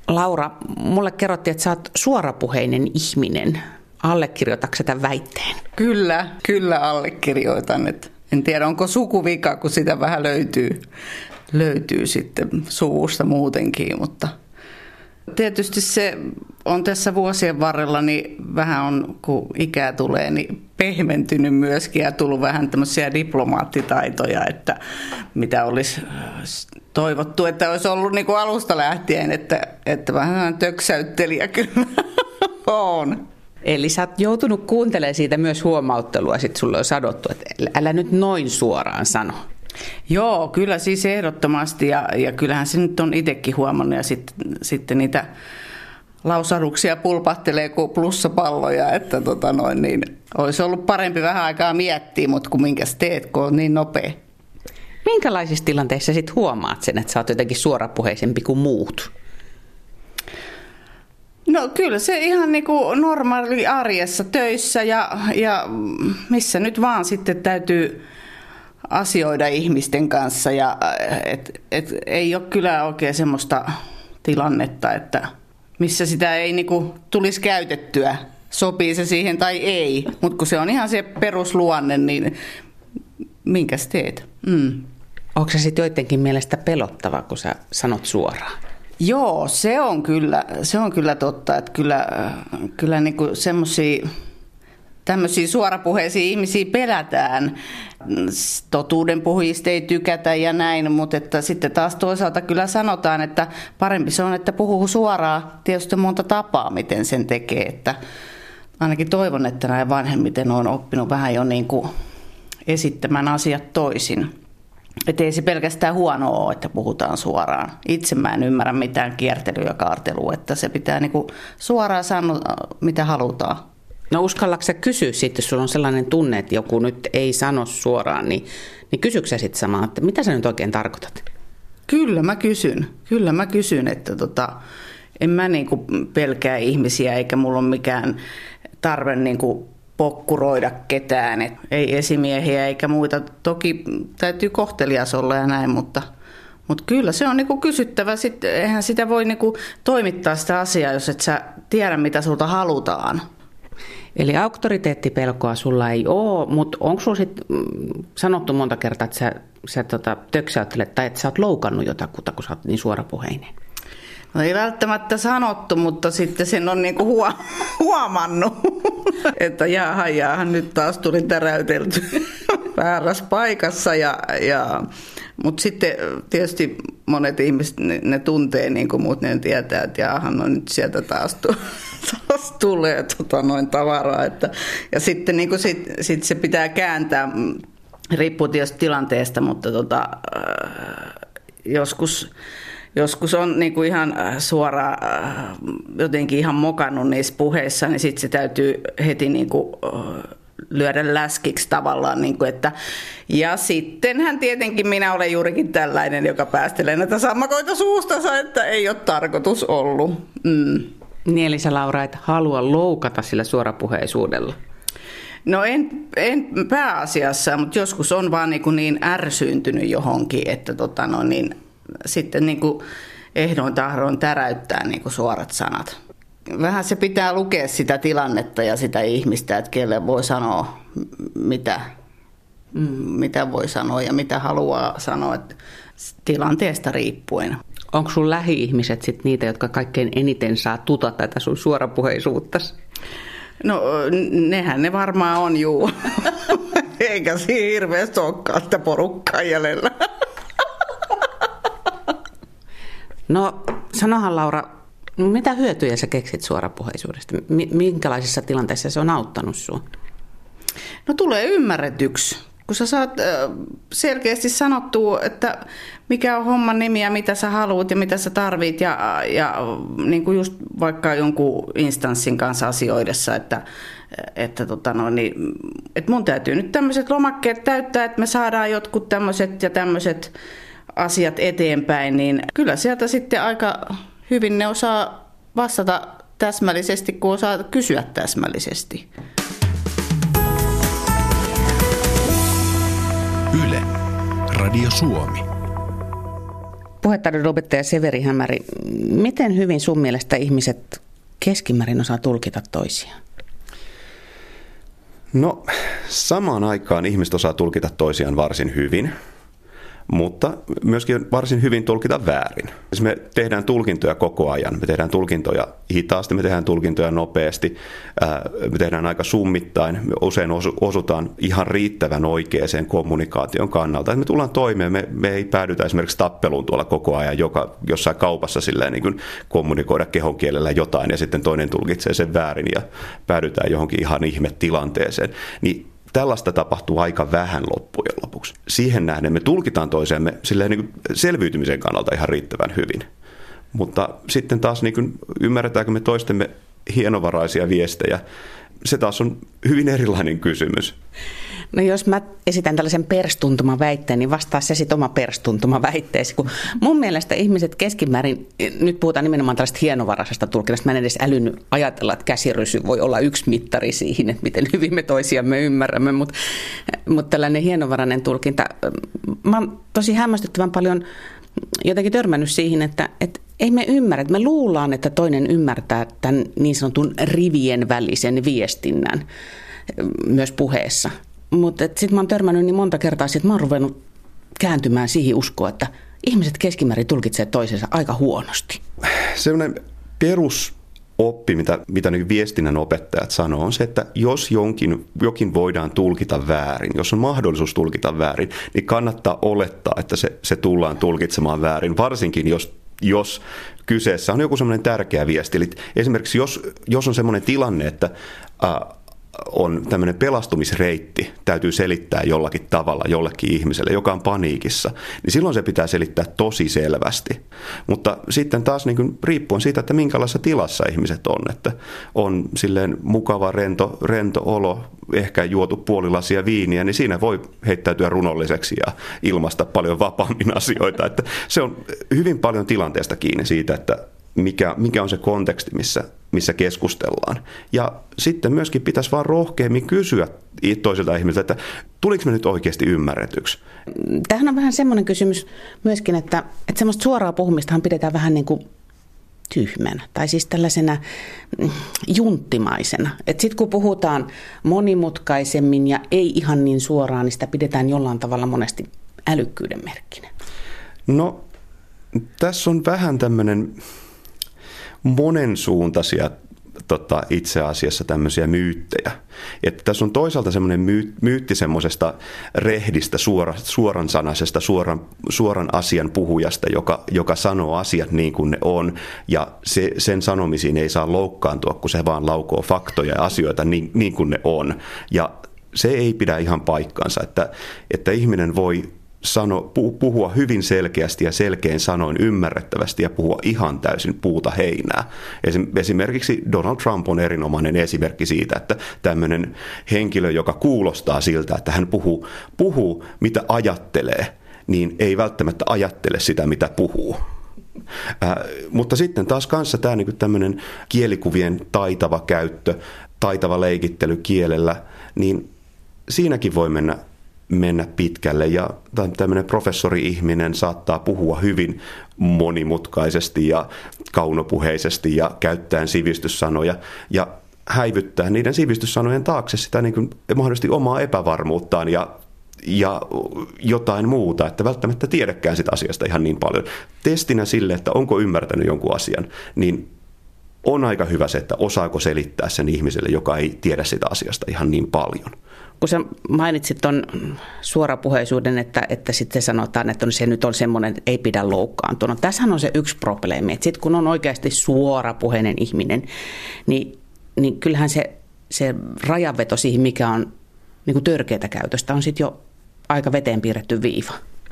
Laura, mulle kerrottiin, että sä oot suorapuheinen ihminen. Allekirjoitatko tämän väitteen? Kyllä allekirjoitan. En tiedä, onko sukuvika, kun sitä vähän löytyy sitten suvusta muutenkin, mutta tietysti se on tässä vuosien varrella, niin vähän on, kun ikää tulee, niin pehmentynyt myöskin ja tullut vähän tämmöisiä diplomaattitaitoja, että mitä olisi toivottu, että olisi ollut niin kuin alusta lähtien, että vähän töksäyttelijä kyllä on. Eli sä oot joutunut kuuntelemaan siitä myös huomauttelua, sitten sulle on sanottu, että älä nyt noin suoraan sano. Joo, kyllä siis ehdottomasti ja kyllähän se nyt on itsekin huomannut ja sitten niitä lausahduksia pulpahtelee kuin plussapalloja, että niin olisi ollut parempi vähän aikaa miettiä, mutta kun minkäs teet, kun on niin nopea. Minkälaisissa tilanteissa sit huomaat sen, että sä oot jotenkin suorapuheisempi kuin muut? No kyllä se ihan niin kuin normaali arjessa, töissä ja missä nyt vaan sitten täytyy asioida ihmisten kanssa ja ei ole kyllä oikein semmoista tilannetta, että missä sitä ei niin kuin tulisi käytettyä, sopii se siihen tai ei, mutta kun se on ihan se perusluonne, niin minkäs teet? Onko se sitten joidenkin mielestä pelottava, kun sä sanot suoraan? Joo, se on kyllä totta, että kyllä niin kuin tämmöisiä suorapuheisia ihmisiä pelätään. Totuudenpuhujista ei tykätä ja näin, mutta että sitten taas toisaalta kyllä sanotaan, että parempi se on, että puhuu suoraan. Tietysti monta tapaa, miten sen tekee. Että ainakin toivon, että näin vanhemmiten on oppinut vähän jo niin kuin esittämään asiat toisin. Että ei se pelkästään huono ole, että puhutaan suoraan. Itse mä en ymmärrä mitään kiertelyä ja kaartelua, että se pitää niin kuin suoraan sanoa, mitä halutaan. No uskallatko sä kysyä sitten, jos sulla on sellainen tunne, että joku nyt ei sano suoraan, niin kysytkö sä sitten samaa, että mitä sä nyt oikein tarkoitat? Kyllä mä kysyn, että en mä niinku pelkää ihmisiä eikä mulla ole mikään tarve niinku pokkuroida ketään. Ei esimiehiä eikä muita. Toki täytyy kohtelias olla ja näin, mutta kyllä se on niinku kysyttävä. Eihän sitä voi niinku toimittaa sitä asiaa, jos et sä tiedä, mitä sulta halutaan. Eli auktoriteettipelkoa sulla ei ole, mutta onko sulla sitten sanottu monta kertaa, että sä töksäyttelet tai että sä oot loukannut jotakuta, kun sä oot niin suorapuheinen? No ei välttämättä sanottu, mutta sitten sen on niinku huomannut, että jaha, nyt taas tuli täräytelty väärässä paikassa. Mutta sitten tietysti monet ihmiset, ne tuntee niin kuin muut, ne tietää, että jaha, no nyt sieltä taas tulee tavaraa. Ja sitten niin kuin sit se pitää kääntää, riippuu tietysti tilanteesta, mutta joskus on niin kuin ihan suoraan jotenkin ihan mokannut niissä puheissa, niin sitten se täytyy heti niin kuin lyödä läskiksi tavallaan. Niin kuin, että, ja sittenhän tietenkin minä olen juurikin tällainen, joka päästelee näitä sammakoita suustansa, että ei ole tarkoitus ollut. Niin eli sä, Laura, et halua loukata sillä suorapuheisuudella? No en pääasiassa, mutta joskus on vaan niin ärsyyntynyt johonkin, että sitten niin kuin ehdoin tahdoin täräyttää niin kuin suorat sanat. Vähän se pitää lukea sitä tilannetta ja sitä ihmistä, että kelle voi sanoa, mitä voi sanoa ja mitä haluaa sanoa, että tilanteesta riippuen. Onko sun lähi-ihmiset sit niitä, jotka kaikkein eniten saa tuta tätä sun suorapuheisuuttasi? No nehän ne varmaan on, juu. Eikä siinä hirveästi olekaan sitä porukkaa jäljellä. No sanohan, Laura, mitä hyötyjä sä keksit suorapuheisuudesta? Minkälaisissa tilanteissa se on auttanut sua? No tulee ymmärretyksi, kun sä saat selkeästi sanottua, että mikä on homman nimi ja mitä sä haluat ja mitä sä tarvit ja niin kuin just vaikka jonkun instanssin kanssa asioidessa, että mun täytyy nyt tämmöiset lomakkeet täyttää, että me saadaan jotkut tämmöiset ja tämmöiset asiat eteenpäin, niin kyllä sieltä sitten aika hyvin ne osaa vastata täsmällisesti, kun osaa kysyä täsmällisesti. Yle, Radio Suomi. Puhetaidon opettaja Severi Hämäri, miten hyvin sun mielestä ihmiset keskimäärin osaa tulkita toisiaan? No, samaan aikaan ihmiset osaa tulkita toisiaan varsin hyvin, mutta myöskin varsin hyvin tulkita väärin. Me tehdään tulkintoja koko ajan. Me tehdään tulkintoja hitaasti, me tehdään tulkintoja nopeasti, me tehdään aika summittain. Me usein osutaan ihan riittävän oikeaan kommunikaation kannalta. Me tullaan toimeen, me ei päädytä esimerkiksi tappeluun tuolla koko ajan, jossain kaupassa silleen niin kuin kommunikoida kehonkielellä jotain ja sitten toinen tulkitsee sen väärin ja päädytään johonkin ihan ihmetilanteeseen. Niin tällaista tapahtuu aika vähän loppujen lopuksi. Siihen nähden me tulkitaan toisemme silleen niin kuin selviytymisen kannalta ihan riittävän hyvin. Mutta sitten taas niin kuin ymmärretäänkö me toistemme hienovaraisia viestejä, se taas on hyvin erilainen kysymys. No jos mä esitän tällaisen perstuntumaväitteen, niin vastaa se sitten oma perstuntumaväitteesi. Kun mun mielestä ihmiset keskimäärin, nyt puhutaan nimenomaan tällaista hienovaraisesta tulkinnasta, mä en edes älynyt ajatella, että käsirysy voi olla yksi mittari siihen, että miten hyvin me toisiamme ymmärrämme, mutta tällainen hienovarainen tulkinta, mä oon tosi hämmästyttävän paljon jotenkin törmännyt siihen, että ei me ymmärrä, että me luullaan, että toinen ymmärtää tämän niin sanotun rivien välisen viestinnän myös puheessa. Mutta sitten mä oon törmännyt niin monta kertaa, että mä oon ruvennut kääntymään siihen uskoon, että ihmiset keskimäärin tulkitsee toisensa aika huonosti. Sellainen perusoppi, mitä niin viestinnän opettajat sanoo, on se, että jos jokin voidaan tulkita väärin, jos on mahdollisuus tulkita väärin, niin kannattaa olettaa, että se tullaan tulkitsemaan väärin, varsinkin jos kyseessä on joku semmoinen tärkeä viesti. Eli esimerkiksi jos on semmoinen tilanne, että on tämmöinen pelastumisreitti, täytyy selittää jollakin tavalla jollekin ihmiselle, joka on paniikissa, niin silloin se pitää selittää tosi selvästi. Mutta sitten taas niin kuin, riippuen siitä, että minkälaisessa tilassa ihmiset on, että on silleen mukava, rento olo, ehkä juotu puoli lasia viiniä, niin siinä voi heittäytyä runolliseksi ja ilmaista paljon vapaammin asioita. Että se on hyvin paljon tilanteesta kiinni siitä, että mikä on se konteksti, missä keskustellaan. Ja sitten myöskin pitäisi vaan rohkeammin kysyä toisilta ihmisiltä, että tuliko me nyt oikeasti ymmärretyksi? Tämähän on vähän semmoinen kysymys myöskin, että semmoista suoraa puhumistahan pidetään vähän niin kuin tyhmänä tai siis tällaisena junttimaisena. Että sitten kun puhutaan monimutkaisemmin ja ei ihan niin suoraan, niin sitä pidetään jollain tavalla monesti älykkyyden merkkinä. No, tässä on vähän tämmöinen monensuuntaisia itse asiassa tämmöisiä myyttejä. Että tässä on toisaalta semmoinen myytti semmoisesta rehdistä, suoransanaisesta, suoran asian puhujasta, joka sanoo asiat niin kuin ne on, ja sen sanomisiin ei saa loukkaantua, kun se vaan laukoo faktoja ja asioita niin kuin ne on. Ja se ei pidä ihan paikkaansa, että ihminen voi puhua hyvin selkeästi ja selkein sanoin ymmärrettävästi ja puhua ihan täysin puuta heinää. Esimerkiksi Donald Trump on erinomainen esimerkki siitä, että tämmöinen henkilö, joka kuulostaa siltä, että hän puhuu mitä ajattelee, niin ei välttämättä ajattele sitä, mitä puhuu. Mutta sitten taas kanssa tämä niin tämmöinen kielikuvien taitava käyttö, taitava leikittely kielellä, niin siinäkin voi mennä pitkälle, ja tämmöinen professori-ihminen saattaa puhua hyvin monimutkaisesti ja kaunopuheisesti ja käyttäen sivistyssanoja ja häivyttää niiden sivistyssanojen taakse sitä niin kuin mahdollisesti omaa epävarmuuttaan ja jotain muuta, että välttämättä tiedäkään sitä asiasta ihan niin paljon. Testinä sille, että onko ymmärtänyt jonkun asian, niin on aika hyvä se, että osaako selittää sen ihmiselle, joka ei tiedä sitä asiasta ihan niin paljon. Kun sä mainitsit tuon suorapuheisuuden, että sitten sanotaan, että se nyt on semmoinen, että ei pidä loukkaantua. No, tässähän on se yksi probleemi, että sitten kun on oikeasti suorapuheinen ihminen, niin kyllähän se rajanveto siihen, mikä on niin kuin törkeätä käytöstä, on sitten jo aika veteen piirretty viiva.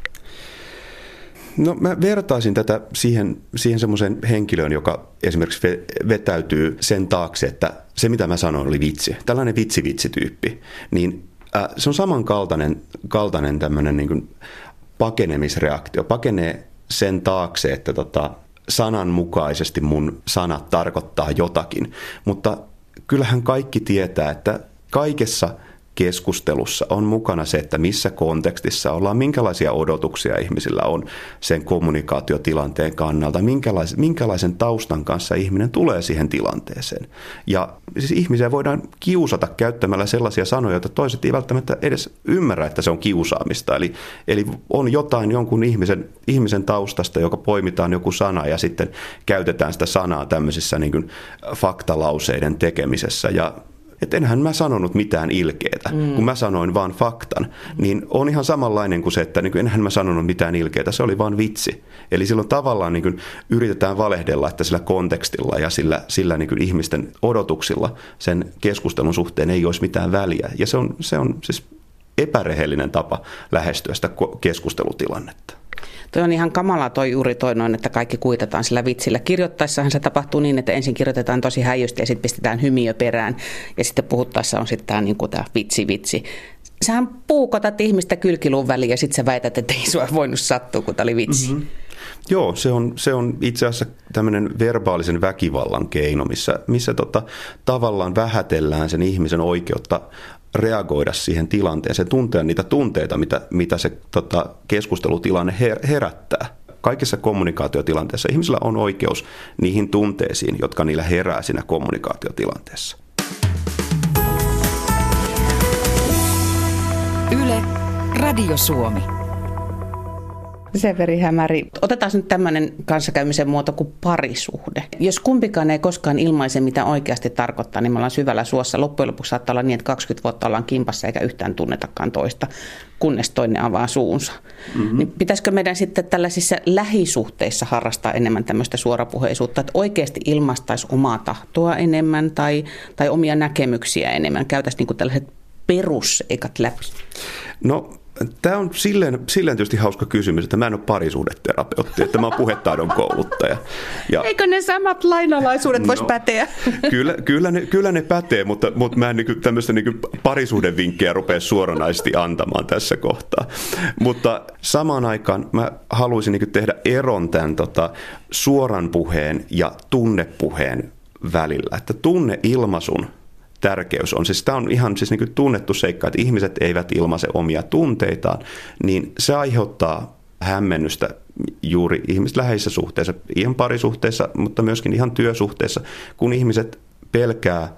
No, mä vertaisin tätä siihen semmoisen henkilöön, joka esimerkiksi vetäytyy sen taakse, että se mitä mä sanoin oli vitsi. Tällainen vitsi-tyyppi. Niin se on samankaltainen tämmöinen niin kuin pakenemisreaktio. Pakenee sen taakse, että sananmukaisesti mun sanat tarkoittaa jotakin. Mutta kyllähän kaikki tietää, että kaikessa keskustelussa on mukana se, että missä kontekstissa ollaan, minkälaisia odotuksia ihmisillä on sen kommunikaatiotilanteen kannalta, minkälaisen taustan kanssa ihminen tulee siihen tilanteeseen. Ja siis ihmisiä voidaan kiusata käyttämällä sellaisia sanoja, joita toiset ei välttämättä edes ymmärrä, että se on kiusaamista. Eli on jotain jonkun ihmisen taustasta, joka poimitaan joku sana ja sitten käytetään sitä sanaa tämmöisissä niin kuin faktalauseiden tekemisessä. Ja että enhän mä sanonut mitään ilkeätä, kun mä sanoin vaan faktan, niin on ihan samanlainen kuin se, että niin kuin enhän mä sanonut mitään ilkeätä, se oli vaan vitsi. Eli silloin tavallaan niin kuin yritetään valehdella, että sillä kontekstilla ja sillä niin kuin ihmisten odotuksilla sen keskustelun suhteen ei olisi mitään väliä. Ja se on siis epärehellinen tapa lähestyä sitä keskustelutilannetta. Toi on ihan kamalaa juuri noin, että kaikki kuitataan sillä vitsillä. Kirjoittaessahan se tapahtuu niin, että ensin kirjoitetaan tosi häijysti ja sitten pistetään hymiö perään. Ja sitten puhuttaessa on sitten tämä niin kuin vitsi. Sähän puukotat ihmistä kylkiluun väliin ja sitten sä väität, että ei sua voinut sattua, kun tämä oli vitsi. Mm-hmm. Joo, se on itse asiassa tämmöinen verbaalisen väkivallan keino, missä tavallaan vähätellään sen ihmisen oikeutta reagoida siihen tilanteeseen, tuntea niitä tunteita, mitä se keskustelutilanne herättää. Kaikissa kommunikaatiotilanteissa ihmisillä on oikeus niihin tunteisiin, jotka niillä herää siinä kommunikaatiotilanteessa. Yle, Radio Suomi. Severi Hämäri. Otetaan nyt tämmöinen kanssakäymisen muoto kuin parisuhde. Jos kumpikaan ei koskaan ilmaise, mitä oikeasti tarkoittaa, niin me ollaan syvällä suossa. Loppujen lopuksi saattaa olla niin, että 20 vuotta ollaan kimpassa eikä yhtään tunnetakaan toista, kunnes toinen avaa suunsa. Mm-hmm. Niin pitäisikö meidän sitten tällaisissa lähisuhteissa harrastaa enemmän tämmöistä suorapuheisuutta, että oikeasti ilmaistaisi omaa tahtoa enemmän tai omia näkemyksiä enemmän? Käytäisiin niin kuin tällaiset perusseikat läpi. No, tämä on silleen tietysti hauska kysymys, että mä en ole parisuhdeterapeutti, että mä oon puhetaidon kouluttaja. Ja eikö ne samat lainalaisuudet voisi päteä? Kyllä ne pätee, mutta mä en tämmöistä parisuhdevinkkejä rupea suoranaisesti antamaan tässä kohtaa. Mutta samaan aikaan mä haluaisin tehdä eron tämän suoran puheen ja tunnepuheen välillä, että tunneilmaisun tärkeys on. Siis tämä on ihan siis niin tunnettu seikka, että ihmiset eivät ilmaise omia tunteitaan, niin se aiheuttaa hämmennystä juuri ihmisläheisissä suhteissa, ihan parisuhteissa, mutta myöskin ihan työsuhteissa, kun ihmiset pelkää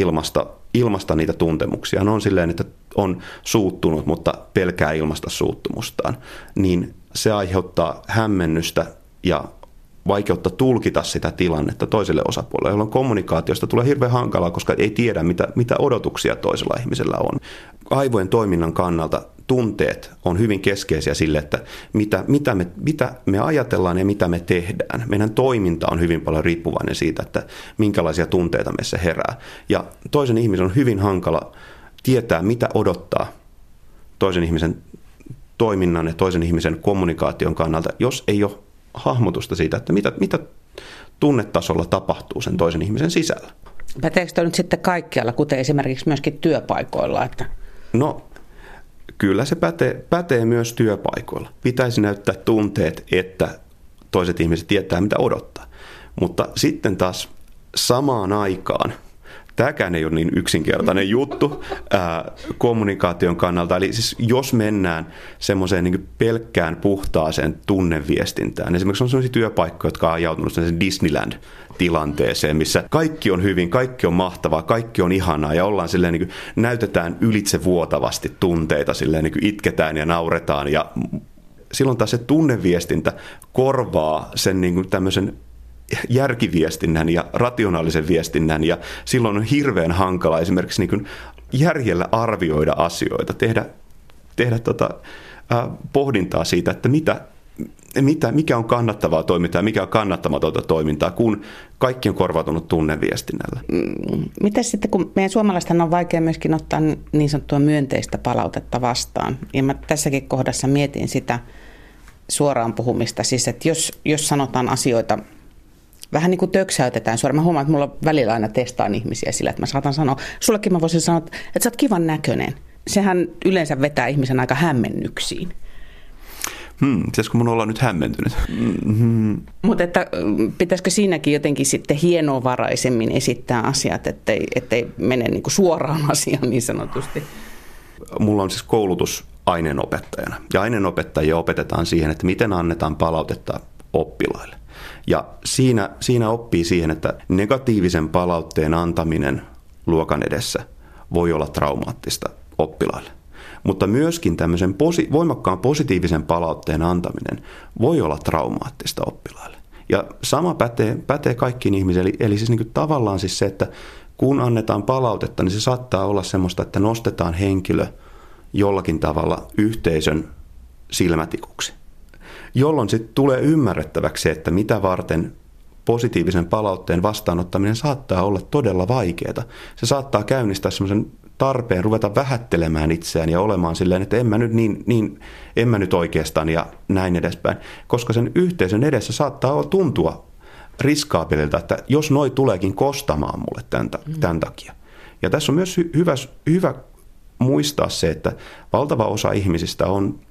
ilmasta niitä tuntemuksia. On silleen, että on suuttunut, mutta pelkää ilmasta suuttumustaan, niin se aiheuttaa hämmennystä ja vaikeutta tulkita sitä tilannetta toiselle osapuolelle, jolloin kommunikaatiosta tulee hirveän hankalaa, koska ei tiedä, mitä odotuksia toisella ihmisellä on. Aivojen toiminnan kannalta tunteet on hyvin keskeisiä sille, että mitä me ajatellaan ja mitä me tehdään. Meidän toiminta on hyvin paljon riippuvainen siitä, että minkälaisia tunteita meissä herää. Ja toisen ihmisen on hyvin hankala tietää, mitä odottaa toisen ihmisen toiminnan ja toisen ihmisen kommunikaation kannalta, jos ei ole hahmotusta siitä, että mitä tunnetasolla tapahtuu sen toisen ihmisen sisällä. Päteekö toi nyt sitten kaikkialla, kuten esimerkiksi myöskin työpaikoilla? Että No, kyllä se pätee myös työpaikoilla. Pitäisi näyttää tunteet, että toiset ihmiset tietää, mitä odottaa. Mutta sitten taas samaan aikaan, tämäkään ei ole niin yksinkertainen juttu kommunikaation kannalta. Eli siis jos mennään semmoiseen niin pelkkään puhtaaseen tunneviestintään, esimerkiksi on sellaisia työpaikkoja, jotka on ajautunut Disneyland-tilanteeseen, missä kaikki on hyvin, kaikki on mahtavaa, kaikki on ihanaa ja ollaan silleen niin kuin, näytetään ylitsevuotavasti tunteita, silleen niin kuin itketään ja nauretaan ja silloin taas se tunneviestintä korvaa sen niin kuin tämmöisen järkiviestinnän ja rationaalisen viestinnän ja silloin on hirveän hankala esimerkiksi niin kuin järjellä arvioida asioita, tehdä pohdintaa siitä, että mikä on kannattavaa toimintaa ja mikä on kannattamatonta toimintaa, kun kaikki on korvautunut tunneviestinnällä. Miten sitten, kun meidän suomalaisethan on vaikea myöskin ottaa niin sanottua myönteistä palautetta vastaan, ja mä tässäkin kohdassa mietin sitä suoraan puhumista, siis että jos sanotaan asioita, vähän niin kuin töksäytetään suoraan. Mä huomaan, että mulla välillä aina testaan ihmisiä sillä, että mä saatan sanoa, sullekin mä voisin sanoa, että sä oot kivan näköinen. Sehän yleensä vetää ihmisen aika hämmennyksiin. Pitäisikö mun olla nyt hämmentynyt? Mm-hmm. Mutta että pitäisikö siinäkin jotenkin sitten hienovaraisemmin esittää asiat, ettei mene niin kuin suoraan asiaan niin sanotusti? mulla on siis koulutus aineenopettajana. Ja aineenopettajia opetetaan siihen, että miten annetaan palautetta oppilaille. Ja siinä oppii siihen, että negatiivisen palautteen antaminen luokan edessä voi olla traumaattista oppilaille. Mutta myöskin tämmöisen voimakkaan positiivisen palautteen antaminen voi olla traumaattista oppilaille. Ja sama pätee kaikkiin ihmisiin. Eli siis niin kuin tavallaan siis se, että kun annetaan palautetta, niin se saattaa olla semmoista, että nostetaan henkilö jollakin tavalla yhteisön silmätikuksi. Jolloin sitten tulee ymmärrettäväksi se, että mitä varten positiivisen palautteen vastaanottaminen saattaa olla todella vaikeaa. Se saattaa käynnistää semmoisen tarpeen ruveta vähättelemään itseään ja olemaan silleen, että en mä nyt oikeastaan ja näin edespäin. Koska sen yhteisön edessä saattaa tuntua riskaapelilta, että jos noi tuleekin kostamaan mulle tämän takia. Ja tässä on myös hyvä muistaa se, että valtava osa ihmisistä on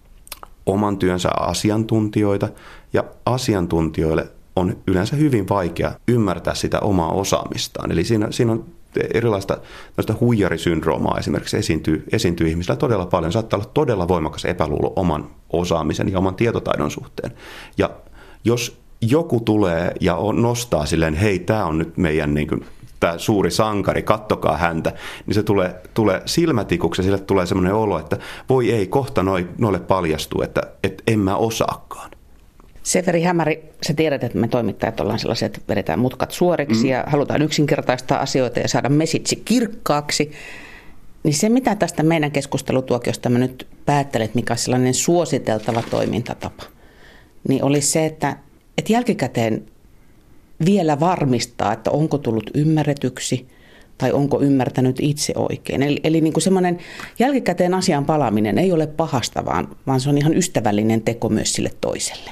oman työnsä asiantuntijoita, ja asiantuntijoille on yleensä hyvin vaikea ymmärtää sitä omaa osaamistaan. Eli siinä on erilaista huijarisyndroomaa esimerkiksi esiintyy ihmisillä todella paljon. Saattaa olla todella voimakas epäluulo oman osaamisen ja oman tietotaidon suhteen. Ja jos joku tulee ja nostaa silleen, hei, tämä on nyt meidän niin kuin, tämä suuri sankari, kattokaa häntä, niin se tulee silmätikuksi ja sille tulee semmoinen olo, että voi ei, kohta noille paljastuu, että en mä osaakaan. Severi Hämäri, sä tiedät, että me toimittajat ollaan sellaisia, että vedetään mutkat suoriksi ja halutaan yksinkertaistaa asioita ja saada message kirkkaaksi. Niin se, mitä tästä meidän keskustelutuokiosta mä nyt päättelen, mikä on sellainen suositeltava toimintatapa, niin olisi se, että jälkikäteen vielä varmistaa, että onko tullut ymmärretyksi tai onko ymmärtänyt itse oikein. Eli niin kuin semmoinen jälkikäteen asiaan palaaminen ei ole pahasta, vaan se on ihan ystävällinen teko myös sille toiselle.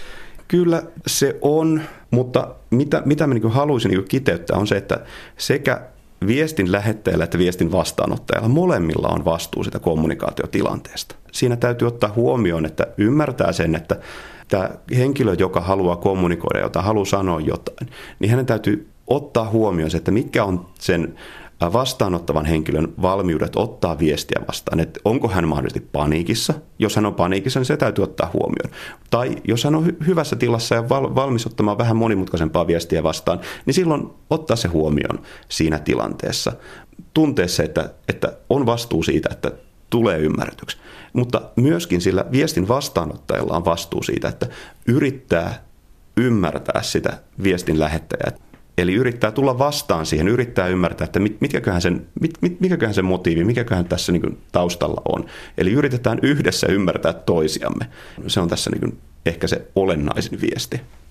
Kyllä se on, mutta mitä mä niin haluaisin niin kiteyttää on se, että sekä viestin lähettäjällä että viestin vastaanottajalla molemmilla on vastuu sitä kommunikaatiotilanteesta. Siinä täytyy ottaa huomioon, että ymmärtää sen, että tämä henkilö, joka haluaa kommunikoida jotain, haluaa sanoa jotain, niin hänen täytyy ottaa huomioon se, että mitkä on sen vastaanottavan henkilön valmiudet ottaa viestiä vastaan. Että onko hän mahdollisesti paniikissa? Jos hän on paniikissa, niin se täytyy ottaa huomioon. Tai jos hän on hyvässä tilassa ja valmis ottamaan vähän monimutkaisempaa viestiä vastaan, niin silloin ottaa se huomioon siinä tilanteessa. Tuntee se, että on vastuu siitä, että tulee ymmärretyksi. Mutta myöskin sillä viestin vastaanottajalla on vastuu siitä, että yrittää ymmärtää sitä viestin lähettäjää. Eli yrittää tulla vastaan siihen, yrittää ymmärtää, että mikäköhän sen motiivi, mikäköhän tässä niin kuin taustalla on. Eli yritetään yhdessä ymmärtää toisiamme. Se on tässä niin kuin ehkä se olennaisin viesti.